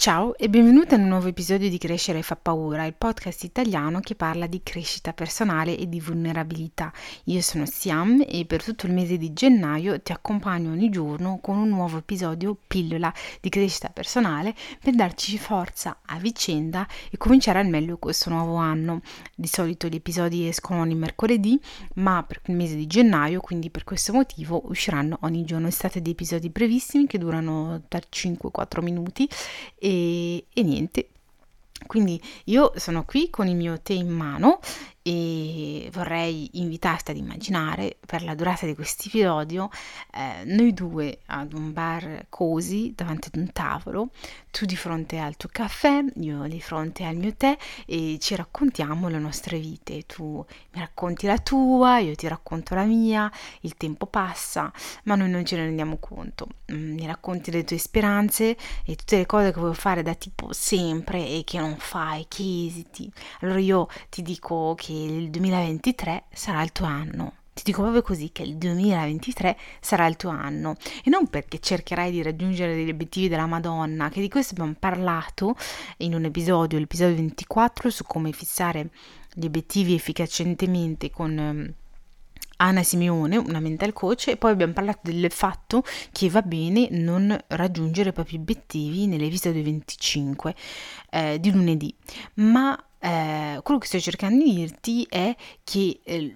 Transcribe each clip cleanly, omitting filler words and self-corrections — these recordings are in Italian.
Ciao e benvenuta in un nuovo episodio di Crescere fa paura, il podcast italiano che parla di crescita personale e di vulnerabilità. Io sono Siam e per tutto il mese di gennaio ti accompagno ogni giorno con un nuovo episodio pillola di crescita personale per darci forza a vicenda e cominciare al meglio questo nuovo anno. Di solito gli episodi escono ogni mercoledì, ma per il mese di gennaio, quindi per questo motivo, usciranno ogni giorno. State di episodi brevissimi che durano da 5-4 minuti e niente, quindi io sono qui con il mio tè in mano e vorrei invitarti ad immaginare per la durata di questo episodio noi due ad un bar cozy davanti ad un tavolo, tu di fronte al tuo caffè, io di fronte al mio tè e ci raccontiamo le nostre vite. Tu mi racconti la tua, io ti racconto la mia, il tempo passa ma noi non ce ne rendiamo conto. Mi racconti le tue speranze e tutte le cose che vuoi fare da tipo sempre e che non fai, che esiti. Allora io ti dico che il 2023 sarà il tuo anno. Ti dico proprio così, che il 2023 sarà il tuo anno, e non perché cercherai di raggiungere degli obiettivi della Madonna, che di questo abbiamo parlato in un episodio, l'episodio 24, su come fissare gli obiettivi efficacemente con Anna Simeone, una mental coach, e poi abbiamo parlato del fatto che va bene non raggiungere i propri obiettivi nell'episodio 25 di lunedì, ma quello che sto cercando di dirti è che il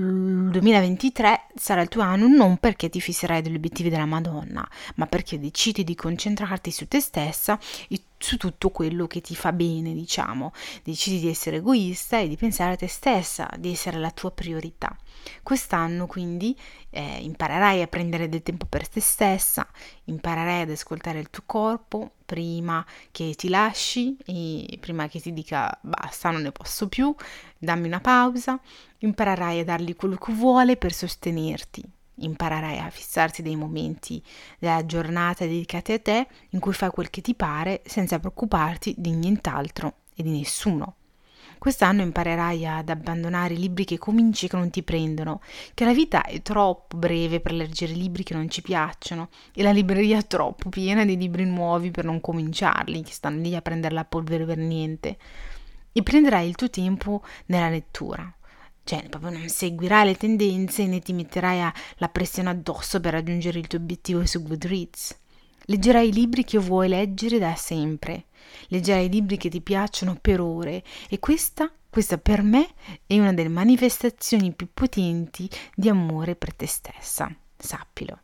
2023 sarà il tuo anno non perché ti fisserai degli obiettivi della Madonna, ma perché decidi di concentrarti su te stessa e su tutto quello che ti fa bene, diciamo. Decidi di essere egoista e di pensare a te stessa, di essere la tua priorità. Quest'anno quindi imparerai a prendere del tempo per te stessa, imparerai ad ascoltare il tuo corpo prima che ti lasci e prima che ti dica basta, non ne posso più, dammi una pausa. Imparerai a dargli quello che vuole per sostenerti. Imparerai a fissarti dei momenti della giornata dedicati a te in cui fai quel che ti pare senza preoccuparti di nient'altro e di nessuno. Quest'anno imparerai ad abbandonare i libri che cominci e che non ti prendono, che la vita è troppo breve per leggere libri che non ci piacciono e la libreria è troppo piena di libri nuovi per non cominciarli, che stanno lì a prendere la polvere per niente. E prenderai il tuo tempo nella lettura. Cioè, proprio non seguirai le tendenze né ti metterai la pressione addosso per raggiungere il tuo obiettivo su Goodreads. Leggerai i libri che vuoi leggere da sempre. Leggerai i libri che ti piacciono per ore e questa per me è una delle manifestazioni più potenti di amore per te stessa. Sappilo.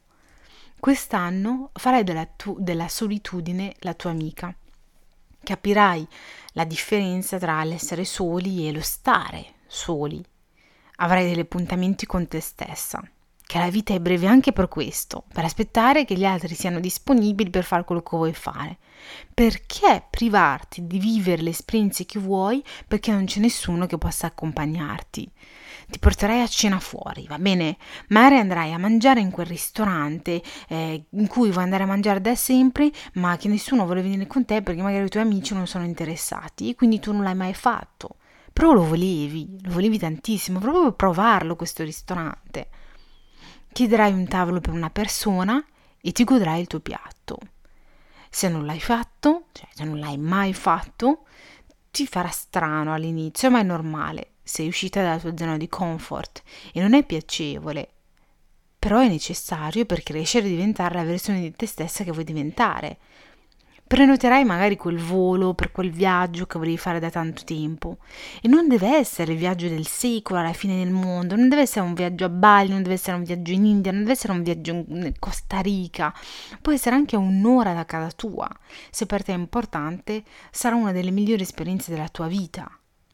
Quest'anno farai della solitudine la tua amica. Capirai la differenza tra l'essere soli e lo stare soli. Avrai degli appuntamenti con te stessa, che la vita è breve anche per questo, per aspettare che gli altri siano disponibili per fare quello che vuoi fare. Perché privarti di vivere le esperienze che vuoi perché non c'è nessuno che possa accompagnarti? Ti porterai a cena fuori, va bene? Magari andrai a mangiare in quel ristorante in cui vuoi andare a mangiare da sempre, ma che nessuno vuole venire con te perché magari i tuoi amici non sono interessati e quindi tu non l'hai mai fatto. Però lo volevi tantissimo, proprio per provarlo questo ristorante. Chiederai un tavolo per una persona e ti godrai il tuo piatto. Se non l'hai fatto, cioè se non l'hai mai fatto, ti farà strano all'inizio, ma è normale. Sei uscita dalla tua zona di comfort e non è piacevole, però è necessario per crescere e diventare la versione di te stessa che vuoi diventare. Prenoterai magari quel volo per quel viaggio che volevi fare da tanto tempo e non deve essere il viaggio del secolo alla fine del mondo, non deve essere un viaggio a Bali, non deve essere un viaggio in India, non deve essere un viaggio in Costa Rica, può essere anche un'ora da casa tua. Se per te è importante, sarà una delle migliori esperienze della tua vita.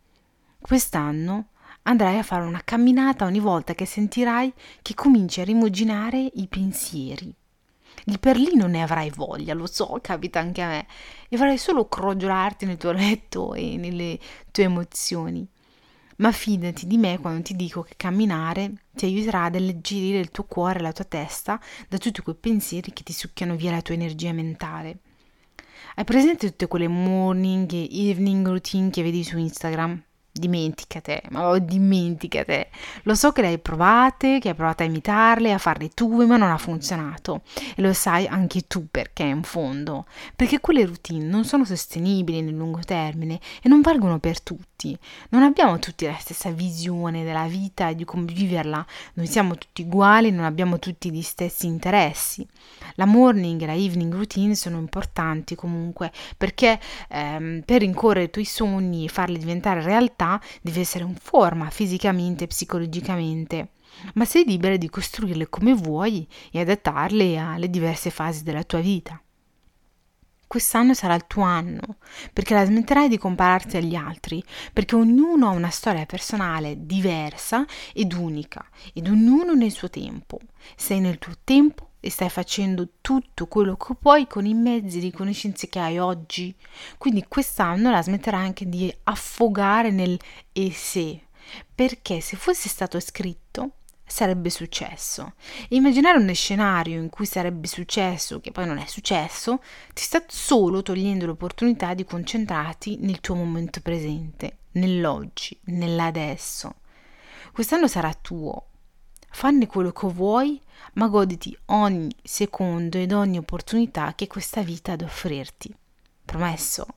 Quest'anno andrai a fare una camminata ogni volta che sentirai che cominci a rimuginare i pensieri. Lì per lì non ne avrai voglia, lo so, capita anche a me, e vorrai solo crogiolarti nel tuo letto e nelle tue emozioni. Ma fidati di me quando ti dico che camminare ti aiuterà ad alleggerire il tuo cuore e la tua testa da tutti quei pensieri che ti succhiano via la tua energia mentale. Hai presente tutte quelle morning e evening routine che vedi su Instagram? dimenticate, ma dimenticate. Lo so che le hai provate, che hai provato a imitarle, a farle tue, ma non ha funzionato. E lo sai anche tu perché, in fondo. Perché quelle routine non sono sostenibili nel lungo termine e non valgono per tutti. Non abbiamo tutti la stessa visione della vita e di come viverla. Non siamo tutti uguali, non abbiamo tutti gli stessi interessi. La morning e la evening routine sono importanti comunque perché per rincorrere i tuoi sogni e farli diventare realtà devi essere in forma fisicamente e psicologicamente, ma sei libera di costruirle come vuoi e adattarle alle diverse fasi della tua vita. Quest'anno sarà il tuo anno, perché la smetterai di compararti agli altri, perché ognuno ha una storia personale diversa ed unica, ed ognuno nel suo tempo. Sei nel tuo tempo e stai facendo tutto quello che puoi con i mezzi di conoscenze che hai oggi. Quindi quest'anno la smetterai anche di affogare nel e se, perché se fosse stato scritto sarebbe successo. E immaginare uno scenario in cui sarebbe successo, che poi non è successo, ti sta solo togliendo l'opportunità di concentrarti nel tuo momento presente, nell'oggi, nell'adesso. Quest'anno sarà tuo. Fanne quello che vuoi, ma goditi ogni secondo ed ogni opportunità che questa vita ha ad offrirti. Promesso?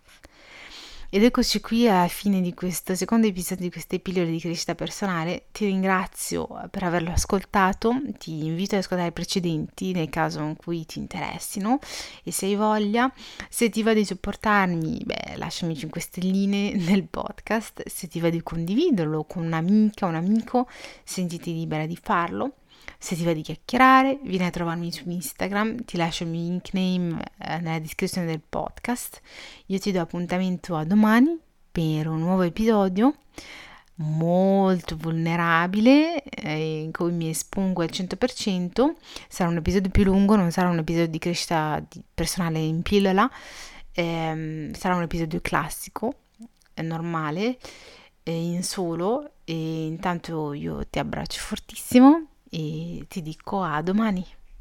Ed eccoci qui alla fine di questo secondo episodio di queste pillole di crescita personale. Ti ringrazio per averlo ascoltato, ti invito ad ascoltare i precedenti nel caso in cui ti interessino e se hai voglia. Se ti va di supportarmi, lasciami 5 stelline nel podcast, se ti va di condividerlo con un'amica, un amico, sentiti libera di farlo. Se ti va di chiacchierare, vieni a trovarmi su Instagram, ti lascio il mio nickname nella descrizione del podcast. Io ti do appuntamento a domani per un nuovo episodio molto vulnerabile in cui mi espongo al 100%. Sarà un episodio più lungo, non sarà un episodio di crescita personale in pillola, sarà un episodio classico, normale, in solo, e intanto io ti abbraccio fortissimo e ti dico a domani.